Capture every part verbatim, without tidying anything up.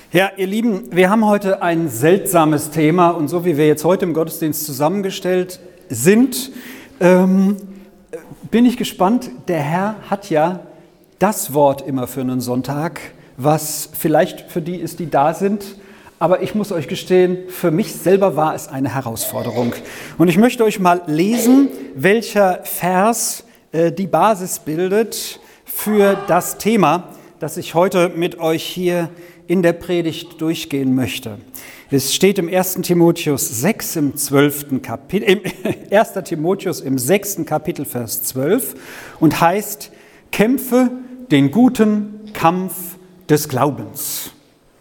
Ja, ihr Lieben, wir haben heute ein seltsames Thema und so wie wir jetzt heute im Gottesdienst zusammengestellt sind, ähm, bin ich gespannt. Der Herr hat ja das Wort immer für einen Sonntag, was vielleicht für die ist, die da sind, aber ich muss euch gestehen, für mich selber war es eine Herausforderung. Und ich möchte euch mal lesen, welcher Vers äh, die Basis bildet für das Thema, das ich heute mit euch hier in der Predigt durchgehen möchte. Es steht im ersten Timotheus sechs im zwölften Kapitel, im ersten Timotheus im sechsten Kapitel, Vers zwölf und heißt: Kämpfe den guten Kampf des Glaubens.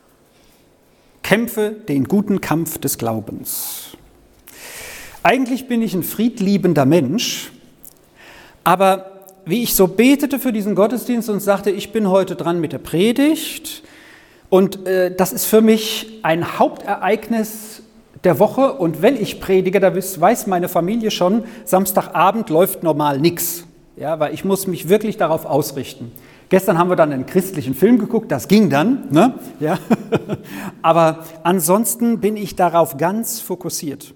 Kämpfe den guten Kampf des Glaubens. Eigentlich bin ich ein friedliebender Mensch, aber wie ich so betete für diesen Gottesdienst und sagte, ich bin heute dran mit der Predigt, und äh, das ist für mich ein Hauptereignis der Woche. Und wenn ich predige, da weiß meine Familie schon, Samstagabend läuft normal nichts. Ja, weil ich muss mich wirklich darauf ausrichten. Gestern haben wir dann einen christlichen Film geguckt, das ging dann. Ne? Ja. Aber ansonsten bin ich darauf ganz fokussiert.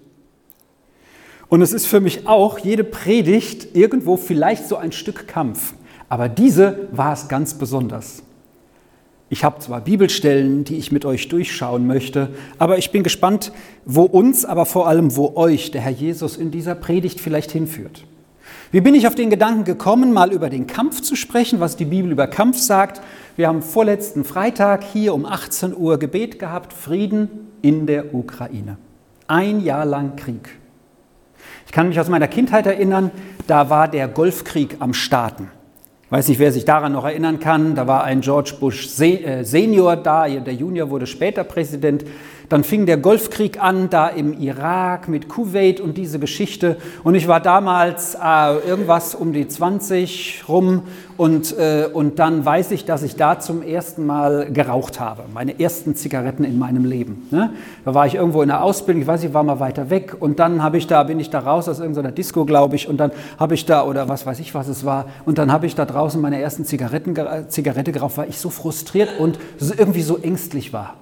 Und es ist für mich auch jede Predigt irgendwo vielleicht so ein Stück Kampf. Aber diese war es ganz besonders. Ich habe zwar Bibelstellen, die ich mit euch durchschauen möchte, aber ich bin gespannt, wo uns, aber vor allem wo euch der Herr Jesus in dieser Predigt vielleicht hinführt. Wie bin ich auf den Gedanken gekommen, mal über den Kampf zu sprechen, was die Bibel über Kampf sagt? Wir haben vorletzten Freitag hier um achtzehn Uhr Gebet gehabt, Frieden in der Ukraine. Ein Jahr lang Krieg. Ich kann mich aus meiner Kindheit erinnern, da war der Golfkrieg am Starten. Ich weiß nicht, wer sich daran noch erinnern kann, da war ein George Bush Senior da, der Junior wurde später Präsident. Dann fing der Golfkrieg an, da im Irak mit Kuwait und diese Geschichte. Und ich war damals äh, irgendwas um die zwanzig rum und, äh, und dann weiß ich, dass ich da zum ersten Mal geraucht habe. Meine ersten Zigaretten in meinem Leben. Ne? Da war ich irgendwo in der Ausbildung, ich weiß nicht, war mal weiter weg. Und dann habe ich da, bin ich da raus aus irgendeiner Disco, glaube ich. Und dann habe ich da, oder was weiß ich, was es war. Und dann habe ich da draußen meine ersten Zigaretten, Zigarette geraucht, weil ich so frustriert und so, irgendwie so ängstlich war.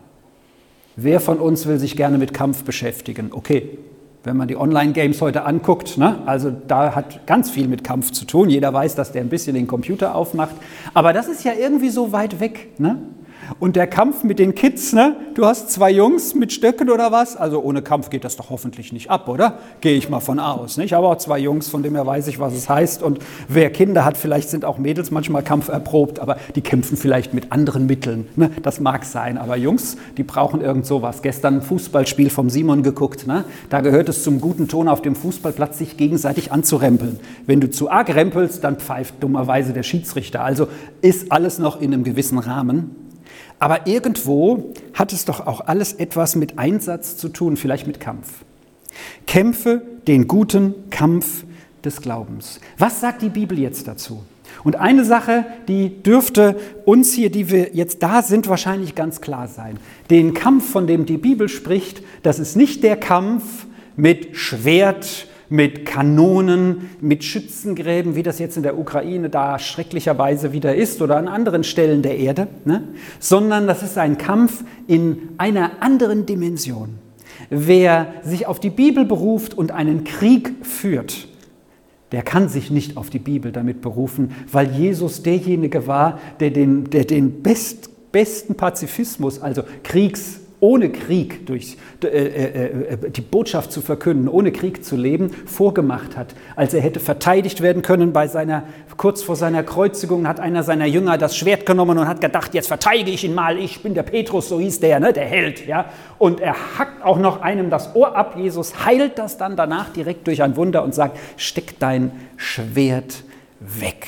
Wer von uns will sich gerne mit Kampf beschäftigen? Okay, wenn man die Online-Games heute anguckt, ne, also da hat ganz viel mit Kampf zu tun. Jeder weiß, dass der ein bisschen den Computer aufmacht. Aber das ist ja irgendwie so weit weg. Ne? Und der Kampf mit den Kids, ne? Du hast zwei Jungs mit Stöcken oder was? Also ohne Kampf geht das doch hoffentlich nicht ab, oder? Gehe ich mal von aus. Ne? Ich habe auch zwei Jungs, von denen her weiß ich, was es heißt. Und wer Kinder hat, vielleicht sind auch Mädels manchmal kampferprobt, aber die kämpfen vielleicht mit anderen Mitteln. Ne? Das mag sein, aber Jungs, die brauchen irgend sowas. Gestern ein Fußballspiel vom Simon geguckt. Ne? Da gehört es zum guten Ton auf dem Fußballplatz, sich gegenseitig anzurempeln. Wenn du zu arg rempelst, dann pfeift dummerweise der Schiedsrichter. Also ist alles noch in einem gewissen Rahmen. Aber irgendwo hat es doch auch alles etwas mit Einsatz zu tun, vielleicht mit Kampf. Kämpfe den guten Kampf des Glaubens. Was sagt die Bibel jetzt dazu? Und eine Sache, die dürfte uns hier, die wir jetzt da sind, wahrscheinlich ganz klar sein. Den Kampf, von dem die Bibel spricht, das ist nicht der Kampf mit Schwert, mit Kanonen, mit Schützengräben, wie das jetzt in der Ukraine da schrecklicherweise wieder ist oder an anderen Stellen der Erde, ne? Sondern das ist ein Kampf in einer anderen Dimension. Wer sich auf die Bibel beruft und einen Krieg führt, der kann sich nicht auf die Bibel damit berufen, weil Jesus derjenige war, der den, der den best, besten Pazifismus, also Kriegs ohne Krieg durch äh, äh, die Botschaft zu verkünden, ohne Krieg zu leben, vorgemacht hat. Als er hätte verteidigt werden können, bei seiner, kurz vor seiner Kreuzigung hat einer seiner Jünger das Schwert genommen und hat gedacht, jetzt verteidige ich ihn mal, ich bin der Petrus, so hieß der, ne, der Held. Ja? Und er hackt auch noch einem das Ohr ab, Jesus heilt das dann danach direkt durch ein Wunder und sagt, steck dein Schwert weg.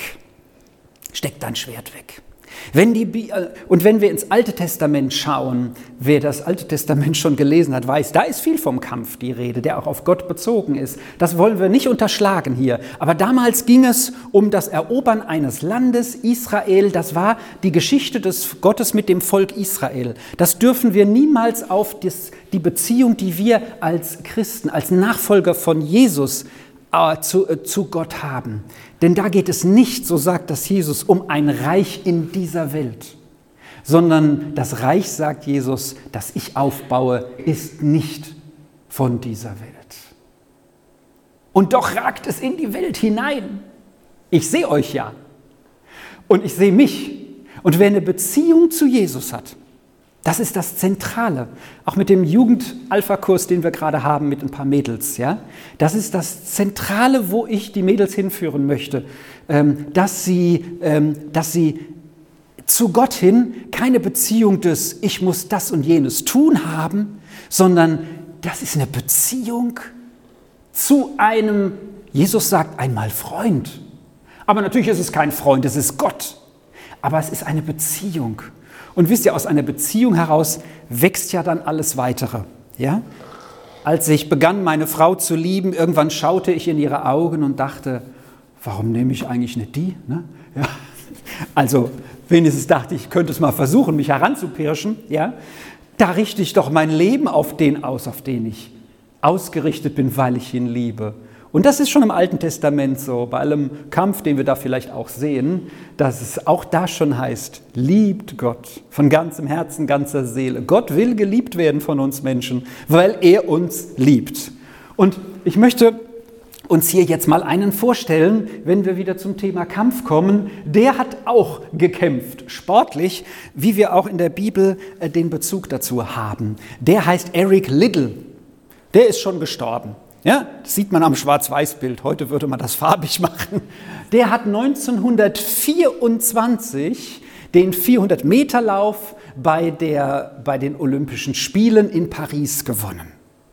Steck dein Schwert weg. Wenn die, und wenn wir ins Alte Testament schauen, wer das Alte Testament schon gelesen hat, weiß, da ist viel vom Kampf die Rede, der auch auf Gott bezogen ist. Das wollen wir nicht unterschlagen hier. Aber damals ging es um das Erobern eines Landes, Israel. Das war die Geschichte des Gottes mit dem Volk Israel. Das dürfen wir niemals auf das, die Beziehung, die wir als Christen, als Nachfolger von Jesus äh, zu, äh, zu Gott haben. Denn da geht es nicht, so sagt das Jesus, um ein Reich in dieser Welt. sondern das Reich, sagt Jesus, das ich aufbaue, ist nicht von dieser Welt. Und doch ragt es in die Welt hinein. Ich sehe euch ja und ich sehe mich. Und wer eine Beziehung zu Jesus hat, das ist das Zentrale. Auch mit dem Jugend-Alpha-Kurs, den wir gerade haben mit ein paar Mädels. Ja? Das ist das Zentrale, wo ich die Mädels hinführen möchte. Ähm, dass sie, ähm, dass sie zu Gott hin keine Beziehung des Ich muss das und jenes tun haben, sondern das ist eine Beziehung zu einem, Jesus sagt einmal Freund. Aber natürlich ist es kein Freund, es ist Gott. Aber es ist eine Beziehung. Und wisst ihr, aus einer Beziehung heraus wächst ja dann alles Weitere. Ja? Als ich begann, meine Frau zu lieben, irgendwann schaute ich in ihre Augen und dachte, warum nehme ich eigentlich nicht die? Ne? Ja. Also wenigstens dachte ich, ich könnte es mal versuchen, mich heranzupirschen. Ja? Da richte ich doch mein Leben auf den aus, auf den ich ausgerichtet bin, weil ich ihn liebe. Und das ist schon im Alten Testament so, bei allem Kampf, den wir da vielleicht auch sehen, dass es auch da schon heißt, liebt Gott von ganzem Herzen, ganzer Seele. Gott will geliebt werden von uns Menschen, weil er uns liebt. Und ich möchte uns hier jetzt mal einen vorstellen, wenn wir wieder zum Thema Kampf kommen. Der hat auch gekämpft, sportlich, wie wir auch in der Bibel den Bezug dazu haben. Der heißt Eric Liddell. Der ist schon gestorben. Ja, das sieht man am Schwarz-Weiß-Bild. Heute würde man das farbig machen. Der hat neunzehnhundertvierundzwanzig den vierhundert-Meter-Lauf bei, der, bei den Olympischen Spielen in Paris gewonnen.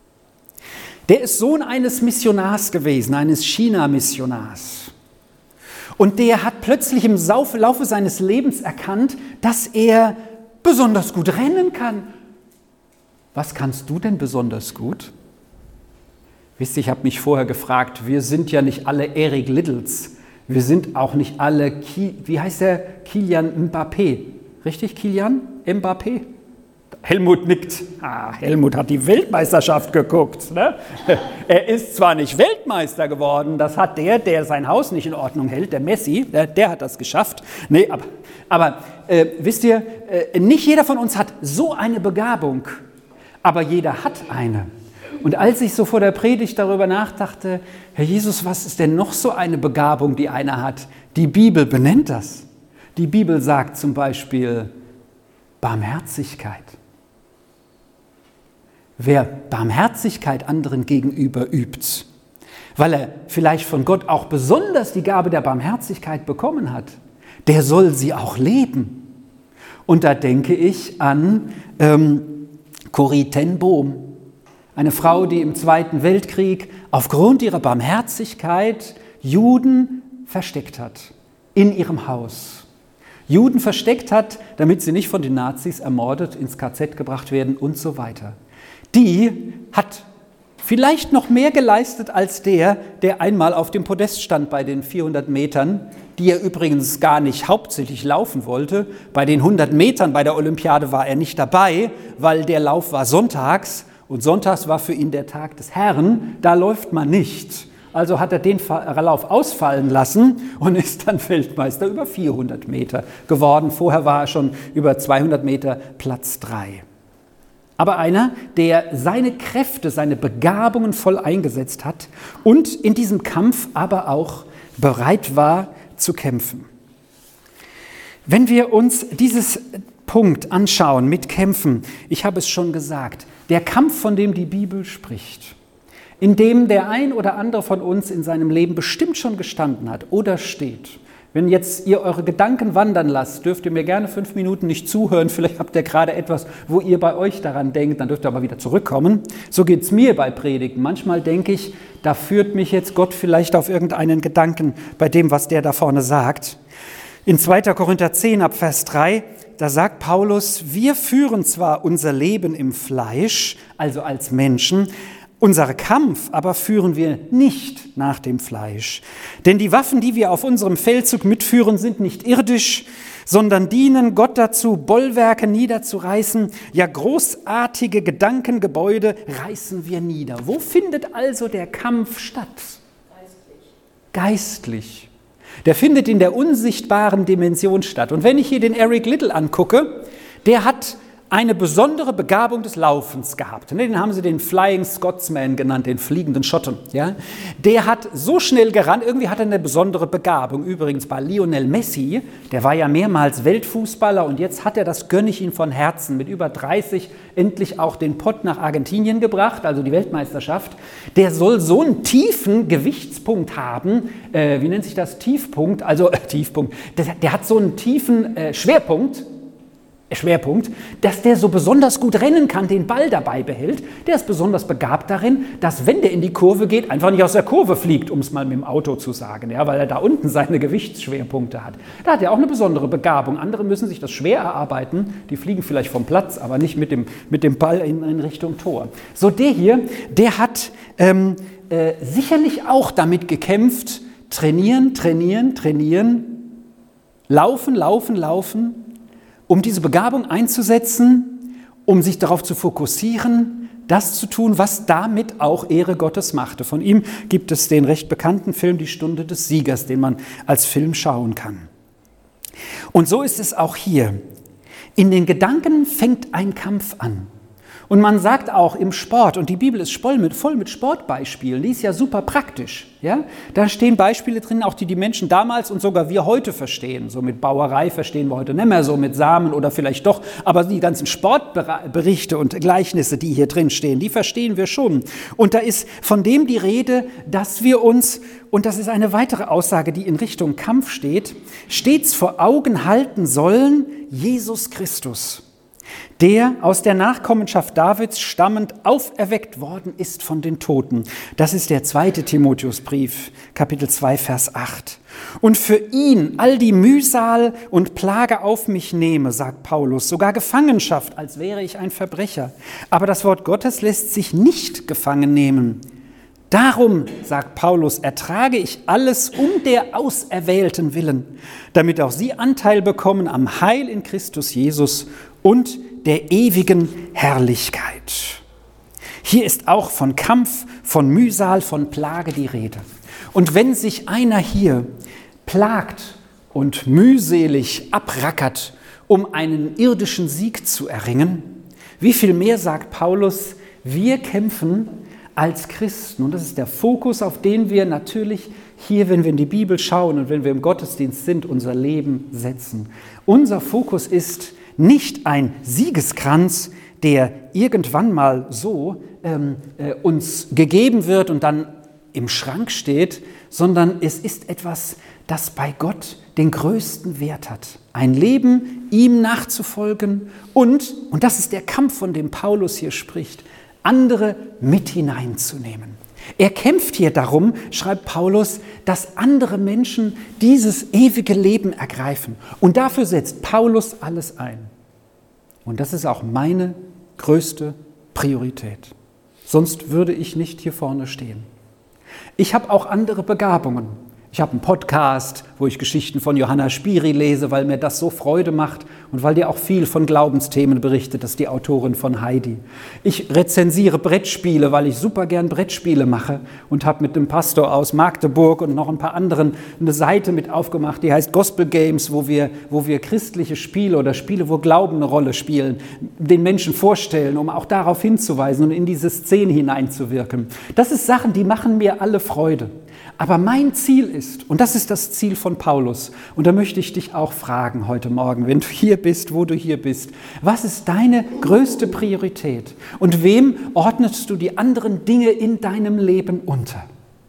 Der ist Sohn eines Missionars gewesen, eines China-Missionars. Und der hat plötzlich im Laufe seines Lebens erkannt, dass er besonders gut rennen kann. Was kannst du denn besonders gut? Wisst ihr, ich habe mich vorher gefragt, wir sind ja nicht alle Eric Liddells, wir sind auch nicht alle, Ki, wie heißt der, Kylian Mbappé, richtig, Kylian Mbappé? Helmut nickt, ah, Helmut hat die Weltmeisterschaft geguckt. Ne? Er ist zwar nicht Weltmeister geworden, das hat der, der sein Haus nicht in Ordnung hält, der Messi, der, der hat das geschafft. Nee, aber aber äh, wisst ihr, äh, nicht jeder von uns hat so eine Begabung, aber jeder hat eine. Und als ich so vor der Predigt darüber nachdachte, Herr Jesus, was ist denn noch so eine Begabung, die einer hat? Die Bibel benennt das. Die Bibel sagt zum Beispiel Barmherzigkeit. Wer Barmherzigkeit anderen gegenüber übt, weil er vielleicht von Gott auch besonders die Gabe der Barmherzigkeit bekommen hat, der soll sie auch leben. Und da denke ich an ähm, Corrie ten Boom. Eine Frau, die im Zweiten Weltkrieg aufgrund ihrer Barmherzigkeit Juden versteckt hat in ihrem Haus. Juden versteckt hat, damit sie nicht von den Nazis ermordet, ins K Z gebracht werden und so weiter. Die hat vielleicht noch mehr geleistet als der, der einmal auf dem Podest stand bei den vierhundert Metern, die er übrigens gar nicht hauptsächlich laufen wollte. Bei den hundert Metern bei der Olympiade war er nicht dabei, weil der Lauf war sonntags. Und sonntags war für ihn der Tag des Herrn, da läuft man nicht. Also hat er den Lauf ausfallen lassen und ist dann Weltmeister über vierhundert Meter geworden. Vorher war er schon über zweihundert Meter Platz drei. Aber einer, der seine Kräfte, seine Begabungen voll eingesetzt hat und in diesem Kampf aber auch bereit war zu kämpfen. Wenn wir uns dieses Punkt anschauen mit Kämpfen, ich habe es schon gesagt, der Kampf, von dem die Bibel spricht, in dem der ein oder andere von uns in seinem Leben bestimmt schon gestanden hat oder steht. Wenn jetzt ihr eure Gedanken wandern lasst, dürft ihr mir gerne fünf Minuten nicht zuhören. Vielleicht habt ihr gerade etwas, wo ihr bei euch daran denkt, dann dürft ihr aber wieder zurückkommen. So geht es mir bei Predigten. Manchmal denke ich, da führt mich jetzt Gott vielleicht auf irgendeinen Gedanken bei dem, was der da vorne sagt. In zweiter Korinther zehn ab Vers drei, da sagt Paulus, wir führen zwar unser Leben im Fleisch, also als Menschen, unseren Kampf aber führen wir nicht nach dem Fleisch. Denn die Waffen, die wir auf unserem Feldzug mitführen, sind nicht irdisch, sondern dienen Gott dazu, Bollwerke niederzureißen. Ja, großartige Gedankengebäude reißen wir nieder. Wo findet also der Kampf statt? Geistlich. Geistlich. Der findet in der unsichtbaren Dimension statt. Und wenn ich hier den Eric Liddell angucke, der hat eine besondere Begabung des Laufens gehabt. Den haben sie den Flying Scotsman genannt, den fliegenden Schotten. Ja? Der hat so schnell gerannt, irgendwie hat er eine besondere Begabung. Übrigens bei Lionel Messi, der war ja mehrmals Weltfußballer und jetzt hat er, das gönne ich ihm von Herzen, mit über dreißig endlich auch den Pott nach Argentinien gebracht, also die Weltmeisterschaft. Der soll so einen tiefen Gewichtspunkt haben, äh, wie nennt sich das, Tiefpunkt, also äh, Tiefpunkt, der, der hat so einen tiefen äh, Schwerpunkt, Schwerpunkt, dass der so besonders gut rennen kann, den Ball dabei behält. Der ist besonders begabt darin, dass, wenn der in die Kurve geht, einfach nicht aus der Kurve fliegt, um es mal mit dem Auto zu sagen, ja, weil er da unten seine Gewichtsschwerpunkte hat. Da hat er auch eine besondere Begabung. Andere müssen sich das schwer erarbeiten, die fliegen vielleicht vom Platz, aber nicht mit dem, mit dem Ball in, in Richtung Tor. So, der hier, der hat ähm, äh, sicherlich auch damit gekämpft, trainieren, trainieren, trainieren, laufen, laufen, laufen, um diese Begabung einzusetzen, um sich darauf zu fokussieren, das zu tun, was damit auch Ehre Gottes machte. Von ihm gibt es den recht bekannten Film Die Stunde des Siegers, den man als Film schauen kann. Und so ist es auch hier. In den Gedanken fängt ein Kampf an. Und man sagt auch im Sport, und die Bibel ist voll mit, voll mit Sportbeispielen, die ist ja super praktisch. Ja? Da stehen Beispiele drin, auch die die Menschen damals und sogar wir heute verstehen. So mit Bauerei verstehen wir heute nicht mehr, so mit Samen oder vielleicht doch. Aber die ganzen Sportberichte und Gleichnisse, die hier drin stehen, die verstehen wir schon. Und da ist von dem die Rede, dass wir uns, und das ist eine weitere Aussage, die in Richtung Kampf steht, stets vor Augen halten sollen, Jesus Christus, der aus der Nachkommenschaft Davids stammend auferweckt worden ist von den Toten. Das ist der zweite Timotheusbrief, Kapitel zwei, Vers acht. Und für ihn all die Mühsal und Plage auf mich nehme, sagt Paulus, sogar Gefangenschaft, als wäre ich ein Verbrecher. Aber das Wort Gottes lässt sich nicht gefangen nehmen. Darum, sagt Paulus, ertrage ich alles um der Auserwählten willen, damit auch sie Anteil bekommen am Heil in Christus Jesus und der ewigen Herrlichkeit. Hier ist auch von Kampf, von Mühsal, von Plage die Rede. Und wenn sich einer hier plagt und mühselig abrackert, um einen irdischen Sieg zu erringen, wie viel mehr sagt Paulus, wir kämpfen als Christen. Und das ist der Fokus, auf den wir natürlich hier, wenn wir in die Bibel schauen und wenn wir im Gottesdienst sind, unser Leben setzen. Unser Fokus ist nicht ein Siegeskranz, der irgendwann mal so ähm, äh, uns gegeben wird und dann im Schrank steht, sondern es ist etwas, das bei Gott den größten Wert hat. Ein Leben, ihm nachzufolgen und, und das ist der Kampf, von dem Paulus hier spricht, andere mit hineinzunehmen. Er kämpft hier darum, schreibt Paulus, dass andere Menschen dieses ewige Leben ergreifen. Und dafür setzt Paulus alles ein. Und das ist auch meine größte Priorität. Sonst würde ich nicht hier vorne stehen. Ich habe auch andere Begabungen. Ich habe einen Podcast, wo ich Geschichten von Johanna Spiri lese, weil mir das so Freude macht und weil die auch viel von Glaubensthemen berichtet, das ist die Autorin von Heidi. Ich rezensiere Brettspiele, weil ich super gern Brettspiele mache und habe mit dem Pastor aus Magdeburg und noch ein paar anderen eine Seite mit aufgemacht, die heißt Gospel Games, wo wir, wo wir christliche Spiele oder Spiele, wo Glauben eine Rolle spielen, den Menschen vorstellen, um auch darauf hinzuweisen und in diese Szene hineinzuwirken. Das ist Sachen, die machen mir alle Freude. Aber mein Ziel ist, und das ist das Ziel von Paulus, und da möchte ich dich auch fragen heute Morgen, wenn du hier bist, wo du hier bist, was ist deine größte Priorität? Und wem ordnest du die anderen Dinge in deinem Leben unter?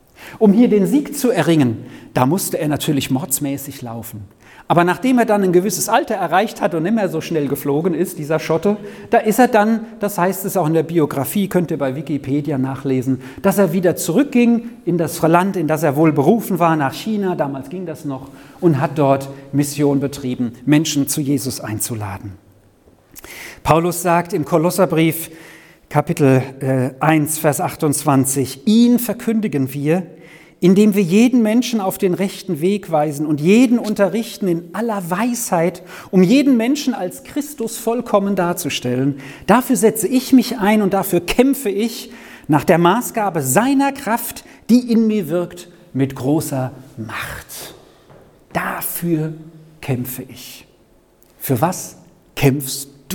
Um hier den Sieg zu erringen, da musste er natürlich mordsmäßig laufen. Aber nachdem er dann ein gewisses Alter erreicht hat und nicht mehr so schnell geflogen ist, dieser Schotte, da ist er dann, das heißt es auch in der Biografie, könnt ihr bei Wikipedia nachlesen, dass er wieder zurückging in das Land, in das er wohl berufen war, nach China, damals ging das noch, und hat dort Mission betrieben, Menschen zu Jesus einzuladen. Paulus sagt im Kolosserbrief, Kapitel äh, eins, Vers achtundzwanzig, ihn verkündigen wir, indem wir jeden Menschen auf den rechten Weg weisen und jeden unterrichten in aller Weisheit, um jeden Menschen als Christus vollkommen darzustellen. Dafür setze ich mich ein und dafür kämpfe ich nach der Maßgabe seiner Kraft, die in mir wirkt, mit großer Macht. Dafür kämpfe ich. Für was kämpfst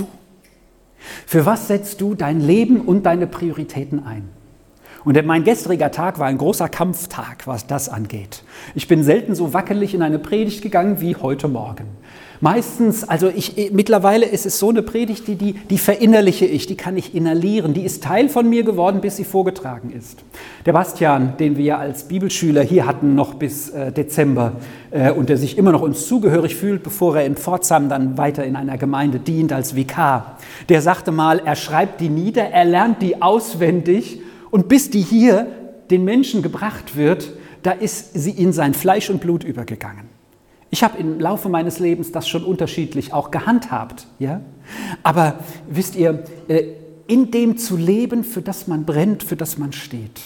Für was setzt du dein Leben und deine Prioritäten ein? Und mein gestriger Tag war ein großer Kampftag, was das angeht. Ich bin selten so wackelig in eine Predigt gegangen wie heute Morgen. Meistens, also ich, mittlerweile ist es so eine Predigt, die, die, die verinnerliche ich, die kann ich inhalieren, die ist Teil von mir geworden, bis sie vorgetragen ist. Der Bastian, den wir ja als Bibelschüler hier hatten, noch bis äh, Dezember äh, und der sich immer noch uns zugehörig fühlt, bevor er in Pforzheim dann weiter in einer Gemeinde dient als Vikar, der sagte mal, er schreibt die nieder, er lernt die auswendig und bis die hier den Menschen gebracht wird, da ist sie in sein Fleisch und Blut übergegangen. Ich habe im Laufe meines Lebens das schon unterschiedlich auch gehandhabt, ja? Aber wisst ihr, in dem zu leben, für das man brennt, für das man steht.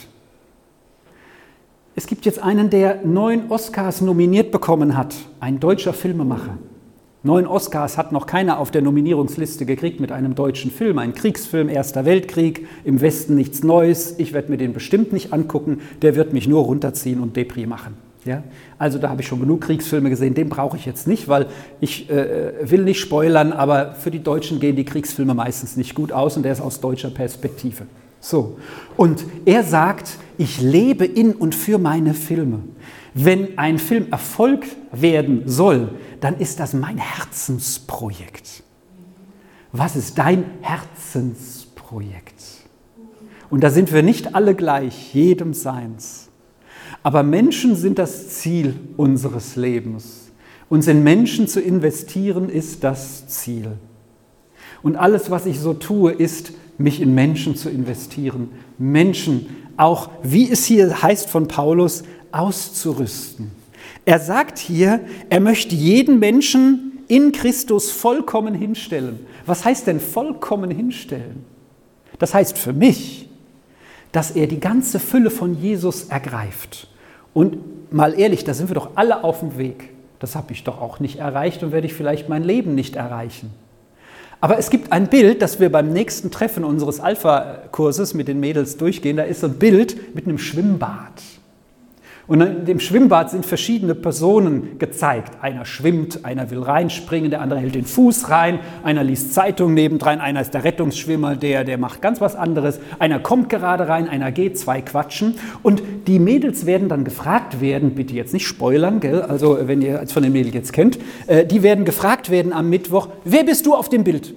Es gibt jetzt einen, der neun Oscars nominiert bekommen hat, ein deutscher Filmemacher. Neun Oscars hat noch keiner auf der Nominierungsliste gekriegt mit einem deutschen Film, ein Kriegsfilm, Erster Weltkrieg, im Westen nichts Neues. Ich werde mir den bestimmt nicht angucken, der wird mich nur runterziehen und Depri machen. Ja? Also da habe ich schon genug Kriegsfilme gesehen, den brauche ich jetzt nicht, weil ich äh, will nicht spoilern, aber für die Deutschen gehen die Kriegsfilme meistens nicht gut aus und der ist aus deutscher Perspektive. So. Und er sagt, ich lebe in und für meine Filme. Wenn ein Film Erfolg werden soll, dann ist das mein Herzensprojekt. Was ist dein Herzensprojekt? Und da sind wir nicht alle gleich, jedem seins. Aber Menschen sind das Ziel unseres Lebens. Uns in Menschen zu investieren, ist das Ziel. Und alles, was ich so tue, ist, mich in Menschen zu investieren. Menschen auch, wie es hier heißt von Paulus, auszurüsten. Er sagt hier, er möchte jeden Menschen in Christus vollkommen hinstellen. Was heißt denn vollkommen hinstellen? Das heißt für mich, dass er die ganze Fülle von Jesus ergreift. Und mal ehrlich, da sind wir doch alle auf dem Weg. Das habe ich doch auch nicht erreicht und werde ich vielleicht mein Leben nicht erreichen. Aber es gibt ein Bild, das wir beim nächsten Treffen unseres Alpha-Kurses mit den Mädels durchgehen. Da ist so ein Bild mit einem Schwimmbad. Und in dem Schwimmbad sind verschiedene Personen gezeigt. Einer schwimmt, einer will reinspringen, der andere hält den Fuß rein, einer liest Zeitung nebendran, einer ist der Rettungsschwimmer, der, der macht ganz was anderes. Einer kommt gerade rein, einer geht, zwei quatschen. Und die Mädels werden dann gefragt werden, bitte jetzt nicht spoilern, gell? Also wenn ihr es von den Mädels jetzt kennt, äh, die werden gefragt werden am Mittwoch, wer bist du auf dem Bild?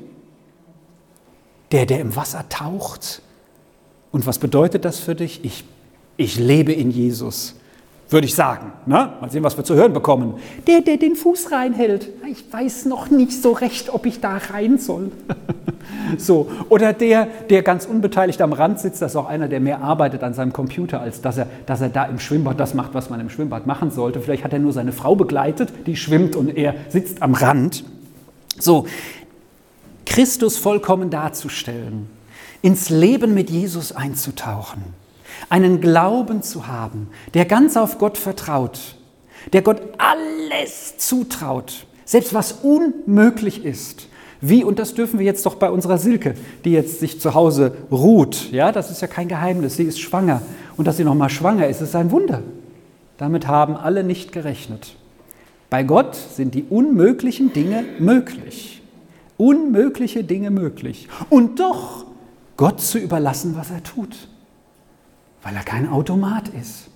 Der, der im Wasser taucht. Und was bedeutet das für dich? Ich, ich lebe in Jesus. Würde ich sagen. Ne? Mal sehen, was wir zu hören bekommen. Der, der den Fuß reinhält. Ich weiß noch nicht so recht, ob ich da rein soll. So. Oder der, der ganz unbeteiligt am Rand sitzt. Das ist auch einer, der mehr arbeitet an seinem Computer, als dass er, dass er da im Schwimmbad das macht, was man im Schwimmbad machen sollte. Vielleicht hat er nur seine Frau begleitet, die schwimmt und er sitzt am Rand. So. Christus vollkommen darzustellen. Ins Leben mit Jesus einzutauchen. Einen Glauben zu haben, der ganz auf Gott vertraut, der Gott alles zutraut, selbst was unmöglich ist. Wie, und das dürfen wir jetzt doch bei unserer Silke, die jetzt sich zu Hause ruht, ja, das ist ja kein Geheimnis, sie ist schwanger. Und dass sie noch mal schwanger ist, ist ein Wunder. Damit haben alle nicht gerechnet. Bei Gott sind die unmöglichen Dinge möglich. Unmögliche Dinge möglich. Und doch Gott zu überlassen, was er tut. Weil er kein Automat ist.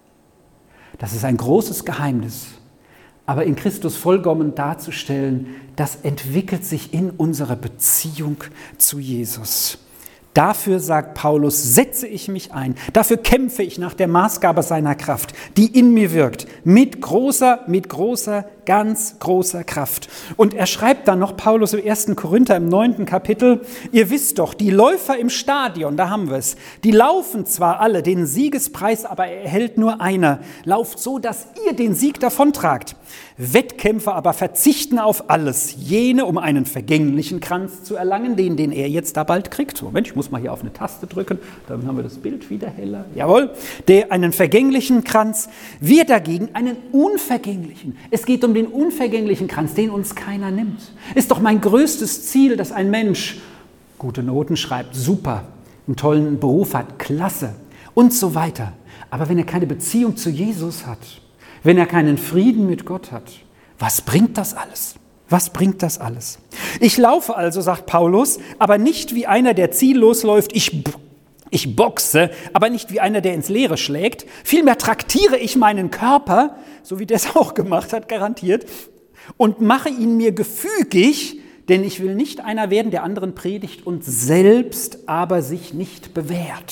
Das ist ein großes Geheimnis. Aber in Christus vollkommen darzustellen, das entwickelt sich in unserer Beziehung zu Jesus. Dafür, sagt Paulus, setze ich mich ein. Dafür kämpfe ich nach der Maßgabe seiner Kraft, die in mir wirkt. Mit großer, mit großer, ganz großer Kraft. Und er schreibt dann noch, Paulus im ersten Korinther im neunten Kapitel, ihr wisst doch, die Läufer im Stadion, da haben wir es, die laufen zwar alle den Siegespreis, aber er erhält nur einer. Lauft so, dass ihr den Sieg davontragt. Wettkämpfer aber verzichten auf alles, jene, um einen vergänglichen Kranz zu erlangen, den, den er jetzt da bald kriegt. Moment, ich muss mal hier auf eine Taste drücken, dann haben wir das Bild wieder heller. Jawohl, der einen vergänglichen Kranz, wir dagegen einen unvergänglichen. Es geht um den unvergänglichen Kranz, den uns keiner nimmt. Ist doch mein größtes Ziel, dass ein Mensch gute Noten schreibt, super, einen tollen Beruf hat, klasse und so weiter. Aber wenn er keine Beziehung zu Jesus hat, wenn er keinen Frieden mit Gott hat, was bringt das alles? Was bringt das alles? Ich laufe also, sagt Paulus, aber nicht wie einer, der ziellos läuft. Ich, ich boxe, aber nicht wie einer, der ins Leere schlägt. Vielmehr traktiere ich meinen Körper, so wie der es auch gemacht hat, garantiert, und mache ihn mir gefügig, denn ich will nicht einer werden, der anderen predigt und selbst aber sich nicht bewährt.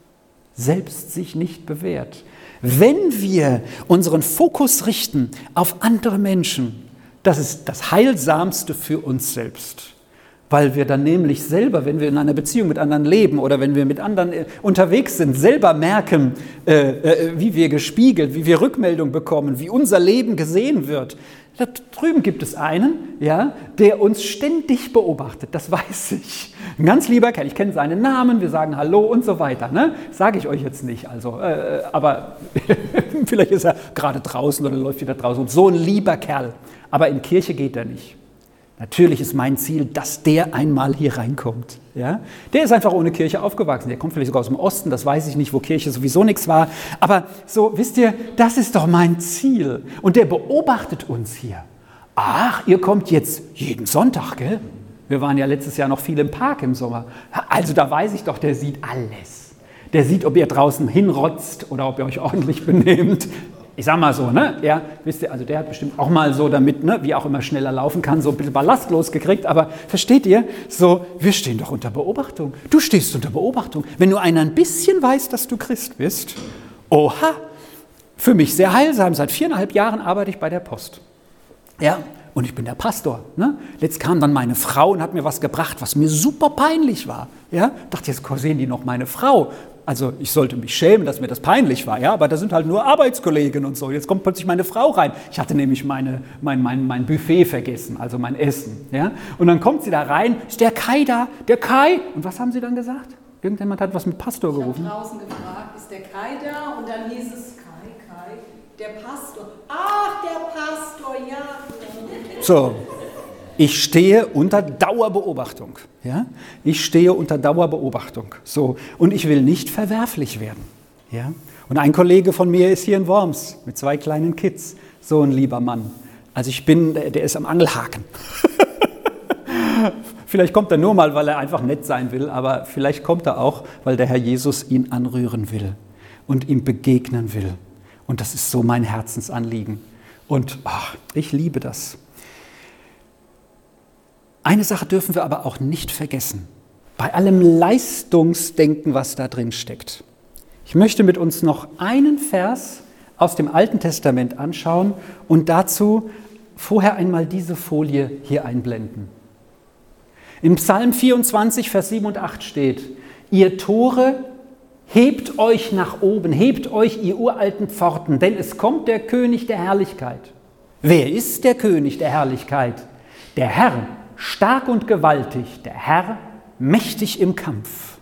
Selbst sich nicht bewährt. Wenn wir unseren Fokus richten auf andere Menschen, das ist das Heilsamste für uns selbst, weil wir dann nämlich selber, wenn wir in einer Beziehung mit anderen leben oder wenn wir mit anderen unterwegs sind, selber merken, äh, äh, wie wir gespiegelt, wie wir Rückmeldung bekommen, wie unser Leben gesehen wird. Da drüben gibt es einen, ja, der uns ständig beobachtet, das weiß ich. Ein ganz lieber Kerl, ich kenne seinen Namen, wir sagen Hallo und so weiter. Ne? Sage ich euch jetzt nicht, also, äh, aber vielleicht ist er gerade draußen oder läuft wieder draußen. Und so ein lieber Kerl, aber in Kirche geht er nicht. Natürlich ist mein Ziel, dass der einmal hier reinkommt. Ja? Der ist einfach ohne Kirche aufgewachsen. Der kommt vielleicht sogar aus dem Osten, das weiß ich nicht, wo Kirche sowieso nichts war. Aber so, wisst ihr, das ist doch mein Ziel. Und der beobachtet uns hier. Ach, ihr kommt jetzt jeden Sonntag, gell? Wir waren ja letztes Jahr noch viel im Park im Sommer. Also da weiß ich doch, der sieht alles. Der sieht, ob ihr draußen hinrotzt oder ob ihr euch ordentlich benehmt. Ich sag mal so, ne? Ja, wisst ihr, also der hat bestimmt auch mal so damit, ne, wie auch immer schneller laufen kann, so ein bisschen ballastlos gekriegt, aber versteht ihr, so, wir stehen doch unter Beobachtung. Du stehst unter Beobachtung. Wenn nur einer ein bisschen weiß, dass du Christ bist, oha, für mich sehr heilsam. Seit viereinhalb Jahren arbeite ich bei der Post. Ja, und ich bin der Pastor. Ne? Jetzt kam dann meine Frau und hat mir was gebracht, was mir super peinlich war. Ja, dachte, jetzt sehen die noch meine Frau. Also ich sollte mich schämen, dass mir das peinlich war, ja, aber da sind halt nur Arbeitskollegen und so. Jetzt kommt plötzlich meine Frau rein. Ich hatte nämlich meine, mein, mein, mein Buffet vergessen, also mein Essen. Ja? Und dann kommt sie da rein, ist der Kai da, der Kai. Und was haben sie dann gesagt? Irgendjemand hat was mit Pastor gerufen. Ich habe draußen gefragt, ist der Kai da? Und dann hieß es, Kai, Kai, der Pastor. Ach, der Pastor, ja. So. Ich stehe unter Dauerbeobachtung. Ja? Ich stehe unter Dauerbeobachtung. So. Und ich will nicht verwerflich werden. Ja? Und ein Kollege von mir ist hier in Worms mit zwei kleinen Kids. So ein lieber Mann. Also ich bin, der ist am Angelhaken. Vielleicht kommt er nur mal, weil er einfach nett sein will, aber vielleicht kommt er auch, weil der Herr Jesus ihn anrühren will und ihm begegnen will. Und das ist so mein Herzensanliegen. Und ach, ich liebe das. Eine Sache dürfen wir aber auch nicht vergessen, bei allem Leistungsdenken, was da drin steckt. Ich möchte mit uns noch einen Vers aus dem Alten Testament anschauen und dazu vorher einmal diese Folie hier einblenden. Im Psalm vierundzwanzig, Vers sieben und acht steht, ihr Tore, hebt euch nach oben, hebt euch, ihr uralten Pforten, denn es kommt der König der Herrlichkeit. Wer ist der König der Herrlichkeit? Der Herr, stark und gewaltig, der Herr, mächtig im Kampf.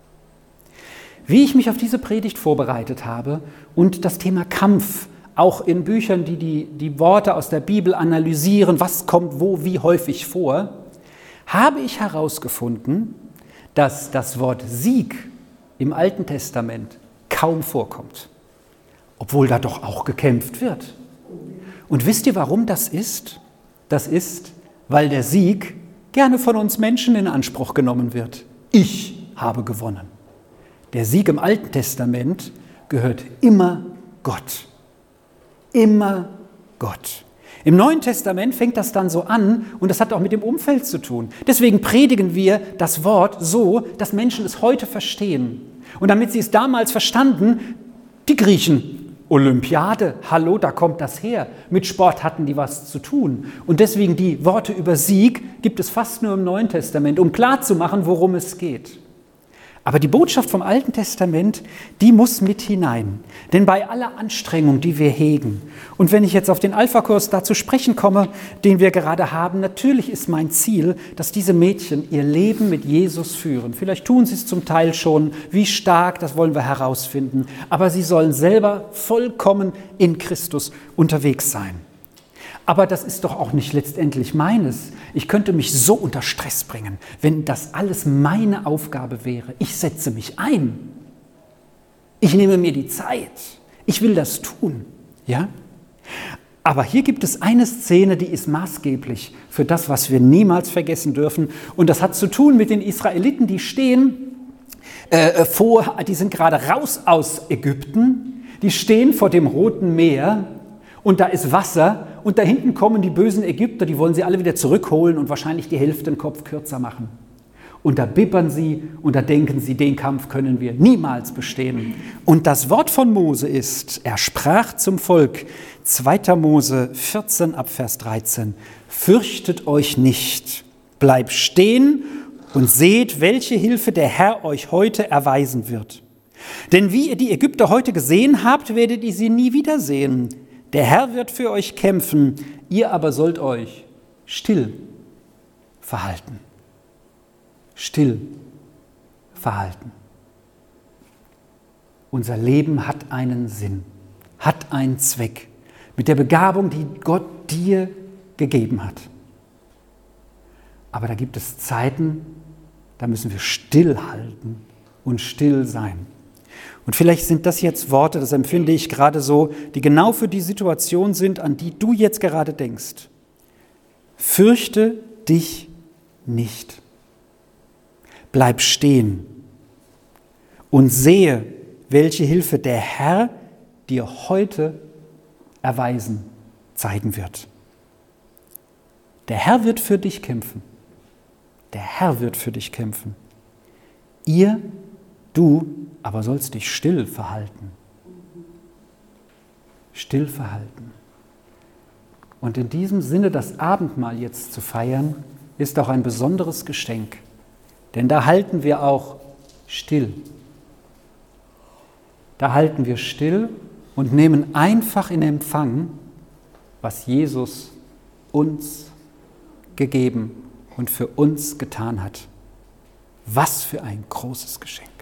Wie ich mich auf diese Predigt vorbereitet habe und das Thema Kampf auch in Büchern, die, die die Worte aus der Bibel analysieren, was kommt wo, wie häufig vor, habe ich herausgefunden, dass das Wort Sieg im Alten Testament kaum vorkommt, obwohl da doch auch gekämpft wird. Und wisst ihr, warum das ist? Das ist, weil der Sieg gerne von uns Menschen in Anspruch genommen wird. Ich habe gewonnen. Der Sieg im Alten Testament gehört immer Gott. Immer Gott. Im Neuen Testament fängt das dann so an und das hat auch mit dem Umfeld zu tun. Deswegen predigen wir das Wort so, dass Menschen es heute verstehen. Und damit sie es damals verstanden, die Griechen, Olympiade, hallo, da kommt das her. Mit Sport hatten die was zu tun. Und deswegen die Worte über Sieg gibt es fast nur im Neuen Testament, um klarzumachen, worum es geht. Aber die Botschaft vom Alten Testament, die muss mit hinein. Denn bei aller Anstrengung, die wir hegen, und wenn ich jetzt auf den Alpha-Kurs da zu sprechen komme, den wir gerade haben, natürlich ist mein Ziel, dass diese Mädchen ihr Leben mit Jesus führen. Vielleicht tun sie es zum Teil schon. Wie stark, das wollen wir herausfinden. Aber sie sollen selber vollkommen in Christus unterwegs sein. Aber das ist doch auch nicht letztendlich meines. Ich könnte mich so unter Stress bringen, wenn das alles meine Aufgabe wäre. Ich setze mich ein. Ich nehme mir die Zeit. Ich will das tun. Ja? Aber hier gibt es eine Szene, die ist maßgeblich für das, was wir niemals vergessen dürfen. Und das hat zu tun mit den Israeliten, die stehen äh, vor, die sind gerade raus aus Ägypten, die stehen vor dem Roten Meer und da ist Wasser und da hinten kommen die bösen Ägypter, die wollen sie alle wieder zurückholen und wahrscheinlich die Hälfte den Kopf kürzer machen. Und da bibbern sie und da denken sie, den Kampf können wir niemals bestehen. Und das Wort von Mose ist, er sprach zum Volk, zweiter Mose vierzehn ab Vers dreizehn, fürchtet euch nicht, bleibt stehen und seht, welche Hilfe der Herr euch heute erweisen wird. Denn wie ihr die Ägypter heute gesehen habt, werdet ihr sie nie wiedersehen. Der Herr wird für euch kämpfen, ihr aber sollt euch still verhalten. Still verhalten. Unser Leben hat einen Sinn, hat einen Zweck, mit der Begabung, die Gott dir gegeben hat. Aber da gibt es Zeiten, da müssen wir stillhalten und still sein. Und vielleicht sind das jetzt Worte, das empfinde ich gerade so, die genau für die Situation sind, an die du jetzt gerade denkst. Fürchte dich nicht. Bleib stehen und sehe, welche Hilfe der Herr dir heute erweisen, zeigen wird. Der Herr wird für dich kämpfen. Der Herr wird für dich kämpfen. Ihr, du, aber sollst dich still verhalten. Still verhalten. Und in diesem Sinne das Abendmahl jetzt zu feiern, ist auch ein besonderes Geschenk. Denn da halten wir auch still. Da halten wir still und nehmen einfach in Empfang, was Jesus uns gegeben und für uns getan hat. Was für ein großes Geschenk.